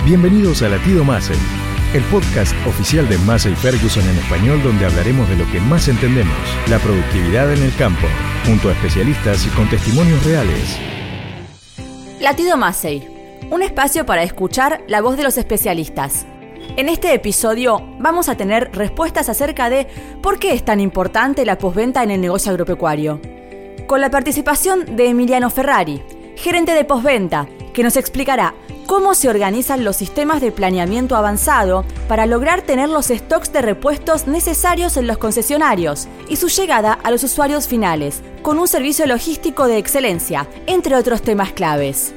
Bienvenidos a Latido Massey, el podcast oficial de Massey Ferguson en español, donde hablaremos de lo que más entendemos, la productividad en el campo, junto a especialistas y con testimonios reales. Latido Massey, un espacio para escuchar la voz de los especialistas. En este episodio vamos a tener respuestas acerca de por qué es tan importante la postventa en el negocio agropecuario. Con la participación de Emiliano Ferrari, gerente de postventa, que nos explicará cómo se organizan los sistemas de planeamiento avanzado para lograr tener los stocks de repuestos necesarios en los concesionarios y su llegada a los usuarios finales, con un servicio logístico de excelencia, entre otros temas claves.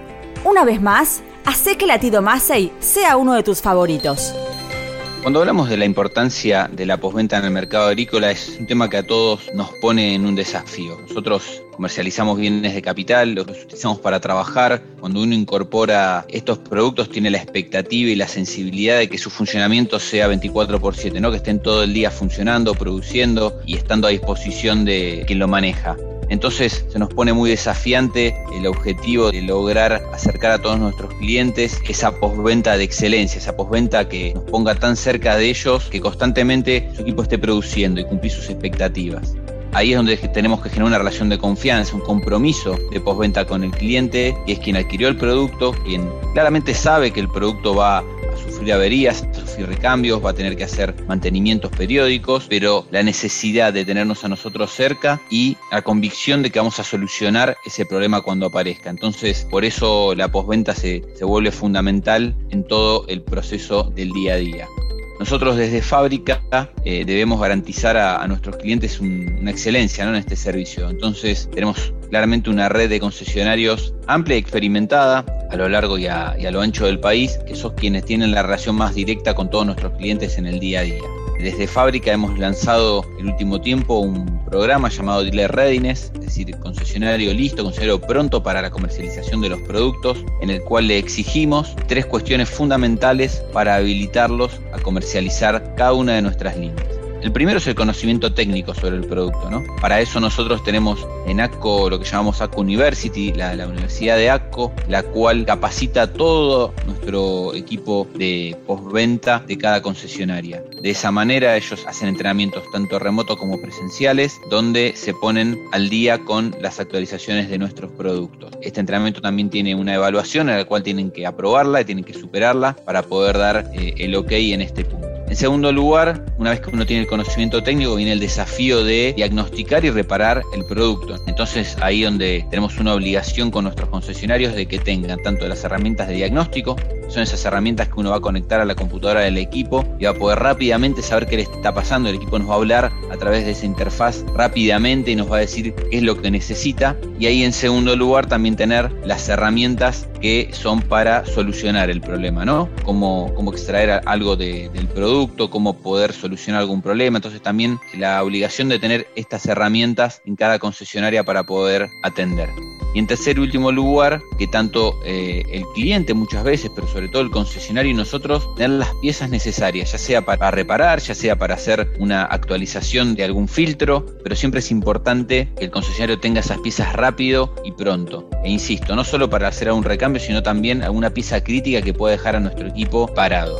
Una vez más, hacé que Latido Massey sea uno de tus favoritos. Cuando hablamos de la importancia de la postventa en el mercado agrícola, es un tema que a todos nos pone en un desafío. Nosotros comercializamos bienes de capital, los utilizamos para trabajar. Cuando uno incorpora estos productos, tiene la expectativa y la sensibilidad de que su funcionamiento sea 24/7, ¿no? Que estén todo el día funcionando, produciendo y estando a disposición de quien lo maneja. Entonces se nos pone muy desafiante el objetivo de lograr acercar a todos nuestros clientes esa postventa de excelencia, esa postventa que nos ponga tan cerca de ellos que constantemente su equipo esté produciendo y cumplir sus expectativas. Ahí es donde tenemos que generar una relación de confianza, un compromiso de postventa con el cliente, que es quien adquirió el producto, quien claramente sabe que el producto va a sufrir averías, a sufrir recambios, va a tener que hacer mantenimientos periódicos, pero la necesidad de tenernos a nosotros cerca y la convicción de que vamos a solucionar ese problema cuando aparezca. Entonces, por eso la postventa se vuelve fundamental en todo el proceso del día a día. Nosotros desde fábrica debemos garantizar a nuestros clientes una excelencia, ¿no? En este servicio. Entonces tenemos claramente una red de concesionarios amplia y experimentada a lo largo y a lo ancho del país, que son quienes tienen la relación más directa con todos nuestros clientes en el día a día. Desde fábrica hemos lanzado en el último tiempo un programa llamado Dealer Readiness, es decir, concesionario listo, concesionario pronto para la comercialización de los productos, en el cual le exigimos 3 cuestiones fundamentales para habilitarlos a comercializar cada una de nuestras líneas. El primero es el conocimiento técnico sobre el producto, ¿no? Para eso nosotros tenemos en AGCO lo que llamamos AGCO University, la Universidad de AGCO, la cual capacita a todo nuestro equipo de postventa de cada concesionaria. De esa manera ellos hacen entrenamientos tanto remotos como presenciales, donde se ponen al día con las actualizaciones de nuestros productos. Este entrenamiento también tiene una evaluación en la cual tienen que aprobarla y tienen que superarla para poder dar el ok en este punto. En segundo lugar, una vez que uno tiene el conocimiento técnico, viene el desafío de diagnosticar y reparar el producto. Entonces, ahí donde tenemos una obligación con nuestros concesionarios de que tengan tanto las herramientas de diagnóstico, son esas herramientas que uno va a conectar a la computadora del equipo y va a poder rápidamente saber qué le está pasando. El equipo nos va a hablar a través de esa interfaz rápidamente y nos va a decir qué es lo que necesita. Y ahí en segundo lugar también tener las herramientas que son para solucionar el problema, ¿no? Cómo extraer algo del producto, cómo poder solucionar algún problema. Entonces también la obligación de tener estas herramientas en cada concesionaria para poder atender. Y en tercer y último lugar, que tanto el cliente muchas veces, pero sobre todo el concesionario y nosotros, tener las piezas necesarias, ya sea para reparar, ya sea para hacer una actualización de algún filtro, pero siempre es importante que el concesionario tenga esas piezas rápido y pronto. E insisto, no solo para hacer algún recambio, sino también alguna pieza crítica que pueda dejar a nuestro equipo parado.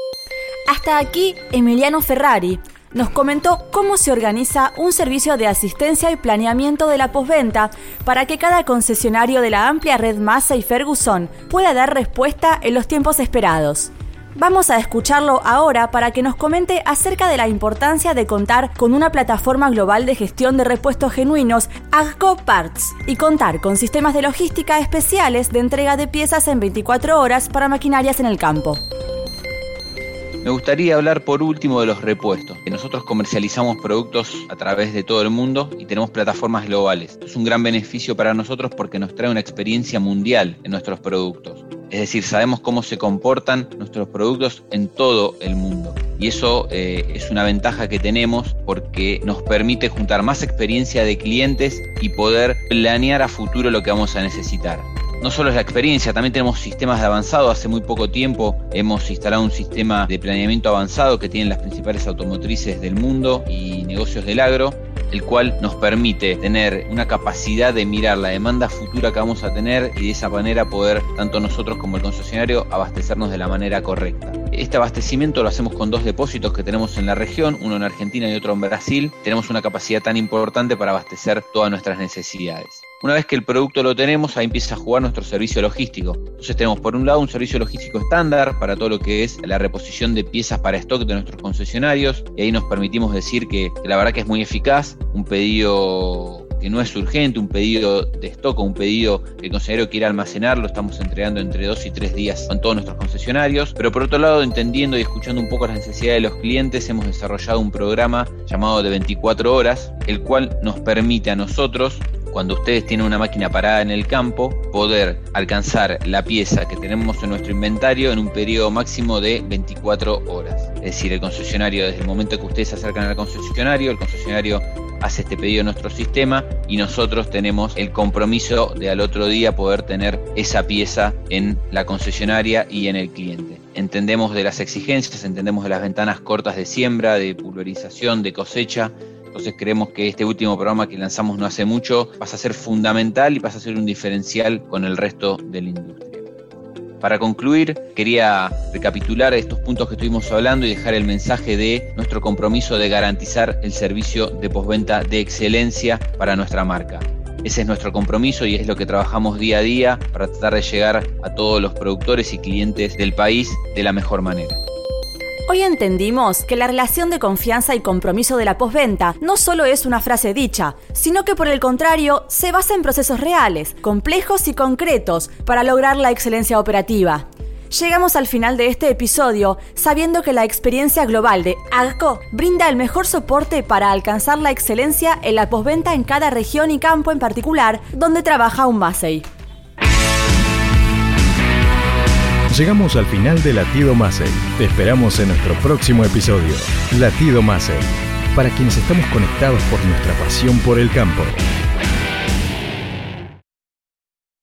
Hasta aquí, Emiliano Ferrari nos comentó cómo se organiza un servicio de asistencia y planeamiento de la postventa para que cada concesionario de la amplia red Massey Ferguson pueda dar respuesta en los tiempos esperados. Vamos a escucharlo ahora para que nos comente acerca de la importancia de contar con una plataforma global de gestión de repuestos genuinos, AGCO Parts, y contar con sistemas de logística especiales de entrega de piezas en 24 horas para maquinarias en el campo. Me gustaría hablar por último de los repuestos. Nosotros comercializamos productos a través de todo el mundo y tenemos plataformas globales. Es un gran beneficio para nosotros porque nos trae una experiencia mundial en nuestros productos. Es decir, sabemos cómo se comportan nuestros productos en todo el mundo. Y eso es una ventaja que tenemos porque nos permite juntar más experiencia de clientes y poder planear a futuro lo que vamos a necesitar. No solo es la experiencia, también tenemos sistemas de avanzado. Hace muy poco tiempo hemos instalado un sistema de planeamiento avanzado que tienen las principales automotrices del mundo y negocios del agro, el cual nos permite tener una capacidad de mirar la demanda futura que vamos a tener y de esa manera poder, tanto nosotros como el concesionario, abastecernos de la manera correcta. Este abastecimiento lo hacemos con 2 depósitos que tenemos en la región, uno en Argentina y otro en Brasil. Tenemos una capacidad tan importante para abastecer todas nuestras necesidades. Una vez que el producto lo tenemos, ahí empieza a jugar nuestro servicio logístico. Entonces tenemos por un lado un servicio logístico estándar para todo lo que es la reposición de piezas para stock de nuestros concesionarios, y ahí nos permitimos decir que la verdad que es muy eficaz. Un pedido que no es urgente, un pedido de stock o un pedido que el concesionario quiera almacenar, lo estamos entregando entre 2 y 3 días con todos nuestros concesionarios. Pero por otro lado, entendiendo y escuchando un poco las necesidades de los clientes, hemos desarrollado un programa llamado de 24 horas, el cual nos permite a nosotros, cuando ustedes tienen una máquina parada en el campo, poder alcanzar la pieza que tenemos en nuestro inventario en un periodo máximo de 24 horas. Es decir, el concesionario, desde el momento que ustedes se acercan al concesionario, el concesionario hace este pedido en nuestro sistema y nosotros tenemos el compromiso de al otro día poder tener esa pieza en la concesionaria y en el cliente. Entendemos de las exigencias, entendemos de las ventanas cortas de siembra, de pulverización, de cosecha. Entonces creemos que este último programa que lanzamos no hace mucho pasa a ser fundamental y pasa a ser un diferencial con el resto de la industria. Para concluir, quería recapitular estos puntos que estuvimos hablando y dejar el mensaje de nuestro compromiso de garantizar el servicio de postventa de excelencia para nuestra marca. Ese es nuestro compromiso y es lo que trabajamos día a día para tratar de llegar a todos los productores y clientes del país de la mejor manera. Hoy entendimos que la relación de confianza y compromiso de la postventa no solo es una frase dicha, sino que por el contrario se basa en procesos reales, complejos y concretos para lograr la excelencia operativa. Llegamos al final de este episodio sabiendo que la experiencia global de AGCO brinda el mejor soporte para alcanzar la excelencia en la postventa en cada región y campo en particular donde trabaja un Massey. Llegamos al final de Latido Massey. Te esperamos en nuestro próximo episodio. Latido Massey. Para quienes estamos conectados por nuestra pasión por el campo.